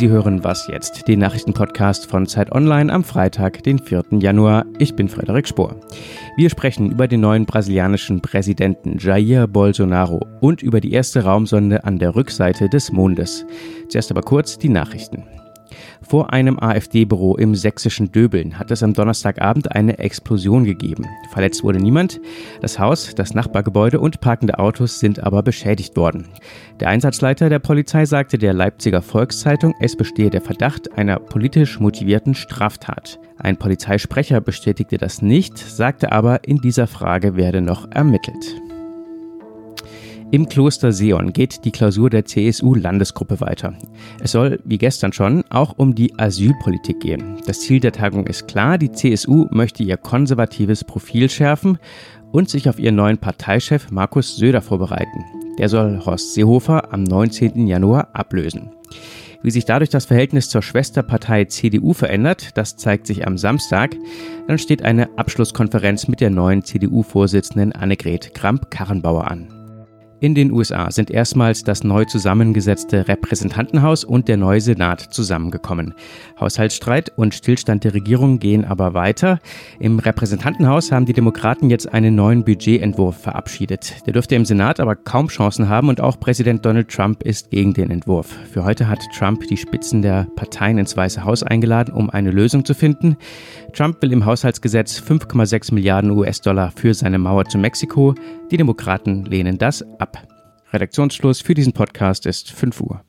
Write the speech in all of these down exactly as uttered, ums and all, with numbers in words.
Sie hören Was jetzt? Den Nachrichtenpodcast von Zeit Online am Freitag, den vierten Januar. Ich bin Frederik Spohr. Wir sprechen über den neuen brasilianischen Präsidenten Jair Bolsonaro und über die erste Raumsonde an der Rückseite des Mondes. Zuerst aber kurz die Nachrichten. Vor einem AfD-Büro im sächsischen Döbeln hat es am Donnerstagabend eine Explosion gegeben. Verletzt wurde niemand. Das Haus, das Nachbargebäude und parkende Autos sind aber beschädigt worden. Der Einsatzleiter der Polizei sagte der Leipziger Volkszeitung, es bestehe der Verdacht einer politisch motivierten Straftat. Ein Polizeisprecher bestätigte das nicht, sagte aber, in dieser Frage werde noch ermittelt. Im Kloster Seeon geht die Klausur der C S U-Landesgruppe weiter. Es soll, wie gestern schon, auch um die Asylpolitik gehen. Das Ziel der Tagung ist klar, die C S U möchte ihr konservatives Profil schärfen und sich auf ihren neuen Parteichef Markus Söder vorbereiten. Der soll Horst Seehofer am neunzehnten Januar ablösen. Wie sich dadurch das Verhältnis zur Schwesterpartei C D U verändert, das zeigt sich am Samstag. Dann steht eine Abschlusskonferenz mit der neuen C D U-Vorsitzenden Annegret Kramp-Karrenbauer an. In den U S A sind erstmals das neu zusammengesetzte Repräsentantenhaus und der neue Senat zusammengekommen. Haushaltsstreit und Stillstand der Regierung gehen aber weiter. Im Repräsentantenhaus haben die Demokraten jetzt einen neuen Budgetentwurf verabschiedet. Der dürfte im Senat aber kaum Chancen haben und auch Präsident Donald Trump ist gegen den Entwurf. Für heute hat Trump die Spitzen der Parteien ins Weiße Haus eingeladen, um eine Lösung zu finden. Trump will im Haushaltsgesetz fünf Komma sechs Milliarden U S-Dollar für seine Mauer zu Mexiko. Die Demokraten lehnen das ab. Redaktionsschluss für diesen Podcast ist fünf Uhr.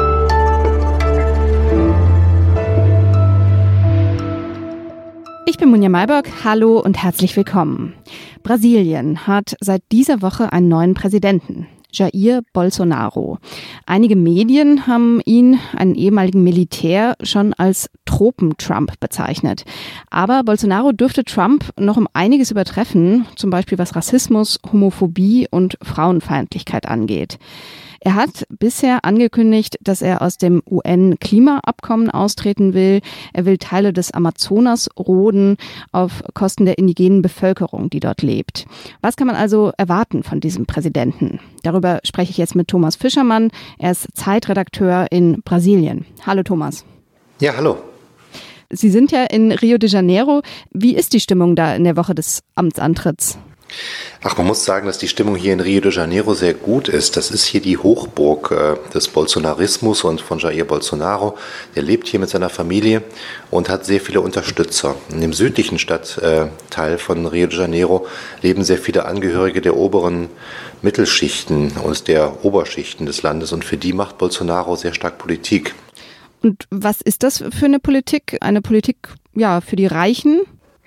Ich bin Munja Mayberg, hallo und herzlich willkommen. Brasilien hat seit dieser Woche einen neuen Präsidenten, Jair Bolsonaro. Einige Medien haben ihn, einen ehemaligen Militär, schon als Tropen-Trump bezeichnet. Aber Bolsonaro dürfte Trump noch um einiges übertreffen, zum Beispiel was Rassismus, Homophobie und Frauenfeindlichkeit angeht. Er hat bisher angekündigt, dass er aus dem U N-Klimaabkommen austreten will. Er will Teile des Amazonas roden auf Kosten der indigenen Bevölkerung, die dort lebt. Was kann man also erwarten von diesem Präsidenten? Darüber spreche ich jetzt mit Thomas Fischermann. Er ist Zeitredakteur in Brasilien. Hallo Thomas. Ja, hallo. Sie sind ja in Rio de Janeiro. Wie ist die Stimmung da in der Woche des Amtsantritts? Ach, man muss sagen, dass die Stimmung hier in Rio de Janeiro sehr gut ist. Das ist hier die Hochburg äh, des Bolsonarismus und von Jair Bolsonaro. Der lebt hier mit seiner Familie und hat sehr viele Unterstützer. In dem südlichen Stadtteil von Rio de Janeiro leben sehr viele Angehörige der oberen Mittelschichten und der Oberschichten des Landes. Und für die macht Bolsonaro sehr stark Politik. Und was ist das für eine Politik? Eine Politik, ja, für die Reichen?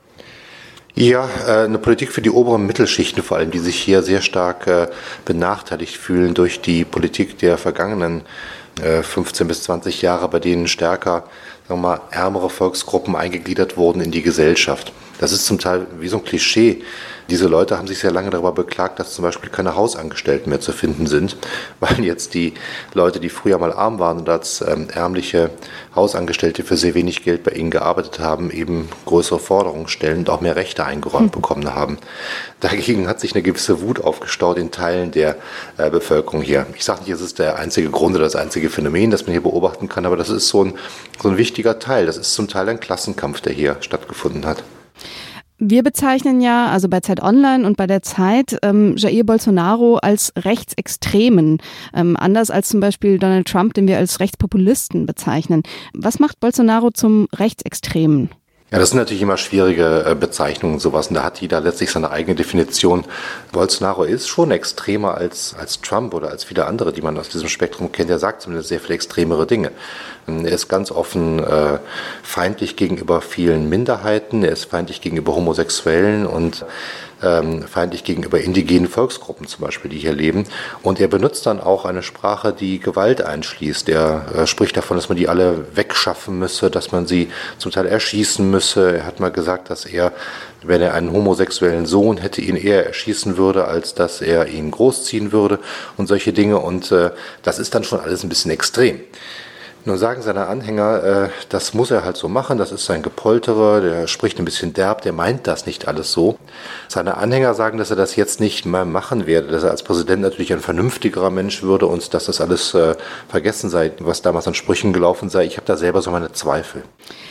Ja, eine Politik für die oberen Mittelschichten vor allem, die sich hier sehr stark benachteiligt fühlen durch die Politik der vergangenen fünfzehn bis zwanzig Jahre, bei denen stärker, sagen wir mal, ärmere Volksgruppen eingegliedert wurden in die Gesellschaft. Das ist zum Teil wie so ein Klischee. Diese Leute haben sich sehr lange darüber beklagt, dass zum Beispiel keine Hausangestellten mehr zu finden sind, weil jetzt die Leute, die früher mal arm waren und als ähm, ärmliche Hausangestellte für sehr wenig Geld bei ihnen gearbeitet haben, eben größere Forderungen stellen und auch mehr Rechte eingeräumt mhm. bekommen haben. Dagegen hat sich eine gewisse Wut aufgestaut in Teilen der äh, Bevölkerung hier. Ich sage nicht, es ist der einzige Grund oder das einzige Phänomen, das man hier beobachten kann, aber das ist so ein, so ein wichtiger Teil. Das ist zum Teil ein Klassenkampf, der hier stattgefunden hat. Wir bezeichnen ja, also bei Zeit Online und bei der Zeit, ähm, Jair Bolsonaro als Rechtsextremen, ähm, anders als zum Beispiel Donald Trump, den wir als Rechtspopulisten bezeichnen. Was macht Bolsonaro zum Rechtsextremen? Ja, das sind natürlich immer schwierige Bezeichnungen, sowas. Und da hat jeder letztlich seine eigene Definition. Bolsonaro ist schon extremer als, als Trump oder als viele andere, die man aus diesem Spektrum kennt. Er sagt zumindest sehr viel extremere Dinge. Er ist ganz offen äh, feindlich gegenüber vielen Minderheiten. Er ist feindlich gegenüber Homosexuellen und ähm, feindlich gegenüber indigenen Volksgruppen zum Beispiel, die hier leben. Und er benutzt dann auch eine Sprache, die Gewalt einschließt. Er äh, spricht davon, dass man die alle wegschaffen müsse, dass man sie zum Teil erschießen müsse. Er hat mal gesagt, dass er, wenn er einen homosexuellen Sohn hätte, ihn eher erschießen würde, als dass er ihn großziehen würde und solche Dinge. Und äh, das ist dann schon alles ein bisschen extrem. Nur sagen seine Anhänger, äh, das muss er halt so machen, das ist sein Gepoltere, der spricht ein bisschen derb, der meint das nicht alles so. Seine Anhänger sagen, dass er das jetzt nicht mehr machen werde, dass er als Präsident natürlich ein vernünftigerer Mensch würde und dass das alles äh, vergessen sei, was damals an Sprüchen gelaufen sei. Ich habe da selber so meine Zweifel.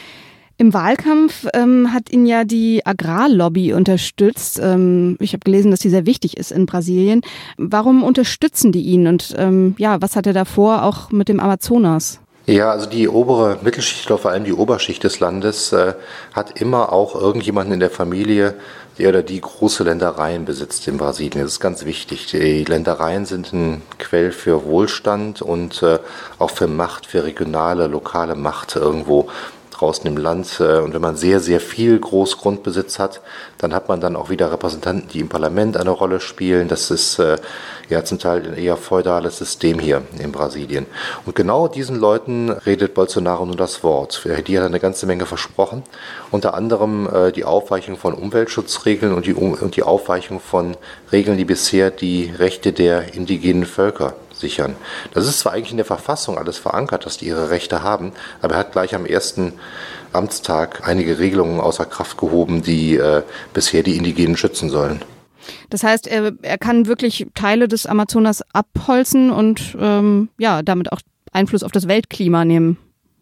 Im Wahlkampf ähm, hat ihn ja die Agrarlobby unterstützt. Ähm, ich habe gelesen, dass die sehr wichtig ist in Brasilien. Warum unterstützen die ihn und ähm, ja, was hat er davor auch mit dem Amazonas? Ja, also die obere Mittelschicht oder vor allem die Oberschicht des Landes äh, hat immer auch irgendjemanden in der Familie, der oder die große Ländereien besitzt in Brasilien. Das ist ganz wichtig. Die Ländereien sind ein Quell für Wohlstand und äh, auch für Macht, für regionale, lokale Macht irgendwo draußen im Land. Und wenn man sehr, sehr viel Großgrundbesitz hat, dann hat man dann auch wieder Repräsentanten, die im Parlament eine Rolle spielen. Das ist äh, ja zum Teil ein eher feudales System hier in Brasilien. Und genau diesen Leuten redet Bolsonaro nur das Wort. Die hat eine ganze Menge versprochen. Unter anderem äh, die Aufweichung von Umweltschutzregeln und die, und die Aufweichung von Regeln, die bisher die Rechte der indigenen Völker sichern. Das ist zwar eigentlich in der Verfassung alles verankert, dass die ihre Rechte haben, aber er hat gleich am ersten Amtstag einige Regelungen außer Kraft gehoben, die äh, bisher die Indigenen schützen sollen. Das heißt, er, er kann wirklich Teile des Amazonas abholzen und ähm, ja, damit auch Einfluss auf das Weltklima nehmen.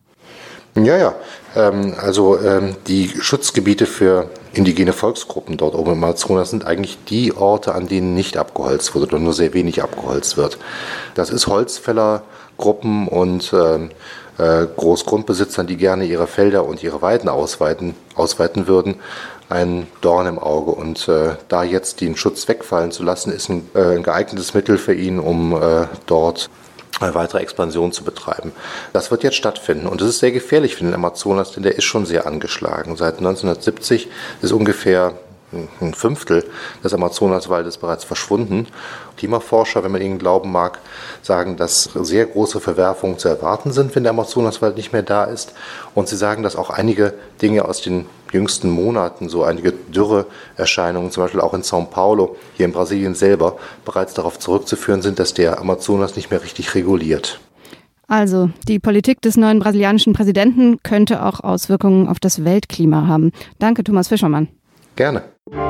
Ja, ja. Ähm, also ähm, die Schutzgebiete für indigene Volksgruppen dort oben im Amazonas sind eigentlich die Orte, an denen nicht abgeholzt wird oder nur sehr wenig abgeholzt wird. Das ist Holzfällergruppen und ähm, äh, Großgrundbesitzern, die gerne ihre Felder und ihre Weiden ausweiten, ausweiten würden, ein Dorn im Auge. Und äh, da jetzt den Schutz wegfallen zu lassen, ist ein, äh, ein geeignetes Mittel für ihn, um äh, dort eine weitere Expansion zu betreiben. Das wird jetzt stattfinden und das ist sehr gefährlich für den Amazonas, denn der ist schon sehr angeschlagen. Seit neunzehnhundertsiebzig ist ungefähr ein Fünftel des Amazonaswaldes bereits verschwunden. Klimaforscher, wenn man ihnen glauben mag, sagen, dass sehr große Verwerfungen zu erwarten sind, wenn der Amazonaswald nicht mehr da ist. Und sie sagen, dass auch einige Dinge aus den jüngsten Monaten, so einige Dürreerscheinungen, zum Beispiel auch in São Paulo, hier in Brasilien selber, bereits darauf zurückzuführen sind, dass der Amazonas nicht mehr richtig reguliert. Also, die Politik des neuen brasilianischen Präsidenten könnte auch Auswirkungen auf das Weltklima haben. Danke, Thomas Fischermann. Gerne.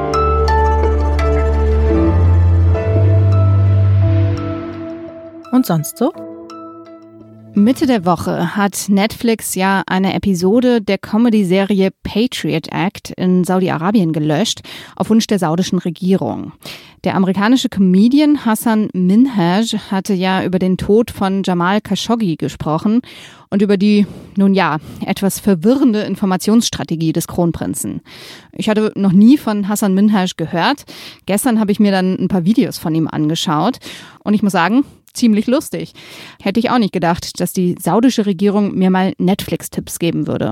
Und sonst so? Mitte der Woche hat Netflix ja eine Episode der Comedy-Serie Patriot Act in Saudi-Arabien gelöscht, auf Wunsch der saudischen Regierung. Der amerikanische Comedian Hasan Minhaj hatte ja über den Tod von Jamal Khashoggi gesprochen und über die, nun ja, etwas verwirrende Informationsstrategie des Kronprinzen. Ich hatte noch nie von Hasan Minhaj gehört. Gestern habe ich mir dann ein paar Videos von ihm angeschaut und ich muss sagen, ziemlich lustig. Hätte ich auch nicht gedacht, dass die saudische Regierung mir mal Netflix-Tipps geben würde.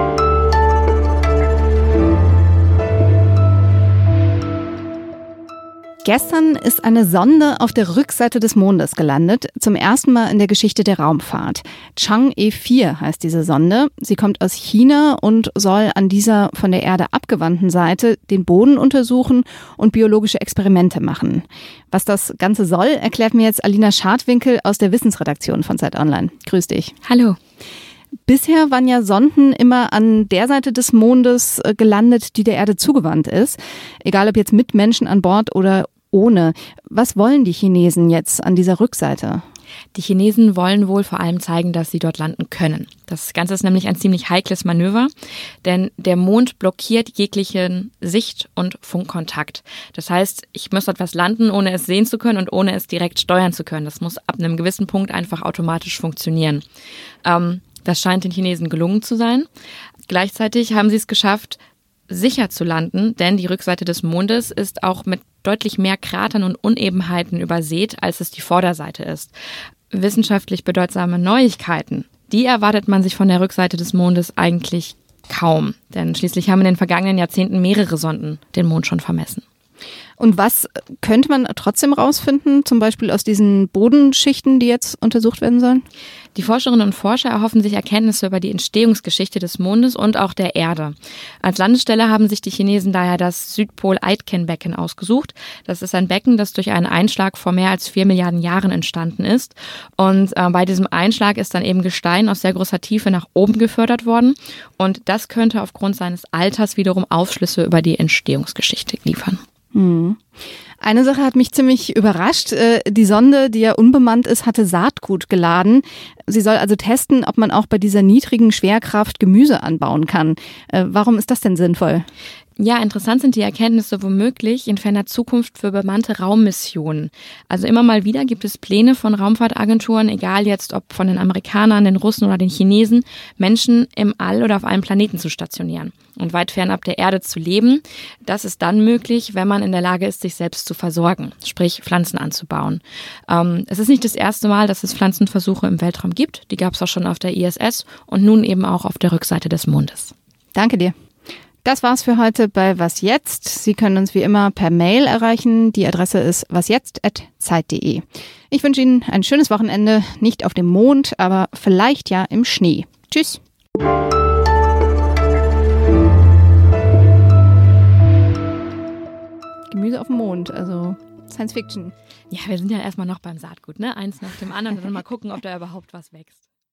Gestern ist eine Sonde auf der Rückseite des Mondes gelandet, zum ersten Mal in der Geschichte der Raumfahrt. Chang'e vier heißt diese Sonde. Sie kommt aus China und soll an dieser von der Erde abgewandten Seite den Boden untersuchen und biologische Experimente machen. Was das Ganze soll, erklärt mir jetzt Alina Schadwinkel aus der Wissensredaktion von Zeit Online. Grüß dich. Hallo. Bisher waren ja Sonden immer an der Seite des Mondes gelandet, die der Erde zugewandt ist. Egal ob jetzt mit Menschen an Bord oder ohne. Was wollen die Chinesen jetzt an dieser Rückseite? Die Chinesen wollen wohl vor allem zeigen, dass sie dort landen können. Das Ganze ist nämlich ein ziemlich heikles Manöver, denn der Mond blockiert jeglichen Sicht- und Funkkontakt. Das heißt, ich muss dort was landen, ohne es sehen zu können und ohne es direkt steuern zu können. Das muss ab einem gewissen Punkt einfach automatisch funktionieren. Ähm, das scheint den Chinesen gelungen zu sein. Gleichzeitig haben sie es geschafft, sicher zu landen, denn die Rückseite des Mondes ist auch mit deutlich mehr Kratern und Unebenheiten übersät, als es die Vorderseite ist. Wissenschaftlich bedeutsame Neuigkeiten, die erwartet man sich von der Rückseite des Mondes eigentlich kaum. Denn schließlich haben in den vergangenen Jahrzehnten mehrere Sonden den Mond schon vermessen. Und was könnte man trotzdem rausfinden, zum Beispiel aus diesen Bodenschichten, die jetzt untersucht werden sollen? Die Forscherinnen und Forscher erhoffen sich Erkenntnisse über die Entstehungsgeschichte des Mondes und auch der Erde. Als Landestelle haben sich die Chinesen daher das Südpol-Aitken-Becken ausgesucht. Das ist ein Becken, das durch einen Einschlag vor mehr als vier Milliarden Jahren entstanden ist. Und äh, bei diesem Einschlag ist dann eben Gestein aus sehr großer Tiefe nach oben gefördert worden. Und das könnte aufgrund seines Alters wiederum Aufschlüsse über die Entstehungsgeschichte liefern. Hm. Eine Sache hat mich ziemlich überrascht. Die Sonde, die ja unbemannt ist, hatte Saatgut geladen. Sie soll also testen, ob man auch bei dieser niedrigen Schwerkraft Gemüse anbauen kann. Warum ist das denn sinnvoll? Ja, interessant sind die Erkenntnisse womöglich in ferner Zukunft für bemannte Raummissionen. Also immer mal wieder gibt es Pläne von Raumfahrtagenturen, egal jetzt ob von den Amerikanern, den Russen oder den Chinesen, Menschen im All oder auf einem Planeten zu stationieren und weit fernab der Erde zu leben. Das ist dann möglich, wenn man in der Lage ist, sich selbst zu versorgen, sprich Pflanzen anzubauen. Ähm, es ist nicht das erste Mal, dass es Pflanzenversuche im Weltraum gibt. Die gab es auch schon auf der I S S und nun eben auch auf der Rückseite des Mondes. Danke dir. Das war's für heute bei Was Jetzt? Sie können uns wie immer per Mail erreichen. Die Adresse ist wasjetzt at zeit punkt de. Ich wünsche Ihnen ein schönes Wochenende, nicht auf dem Mond, aber vielleicht ja im Schnee. Tschüss. Gemüse auf dem Mond, also Science Fiction. Ja, wir sind ja erstmal noch beim Saatgut, ne? Eins nach dem anderen und dann mal gucken, ob da überhaupt was wächst.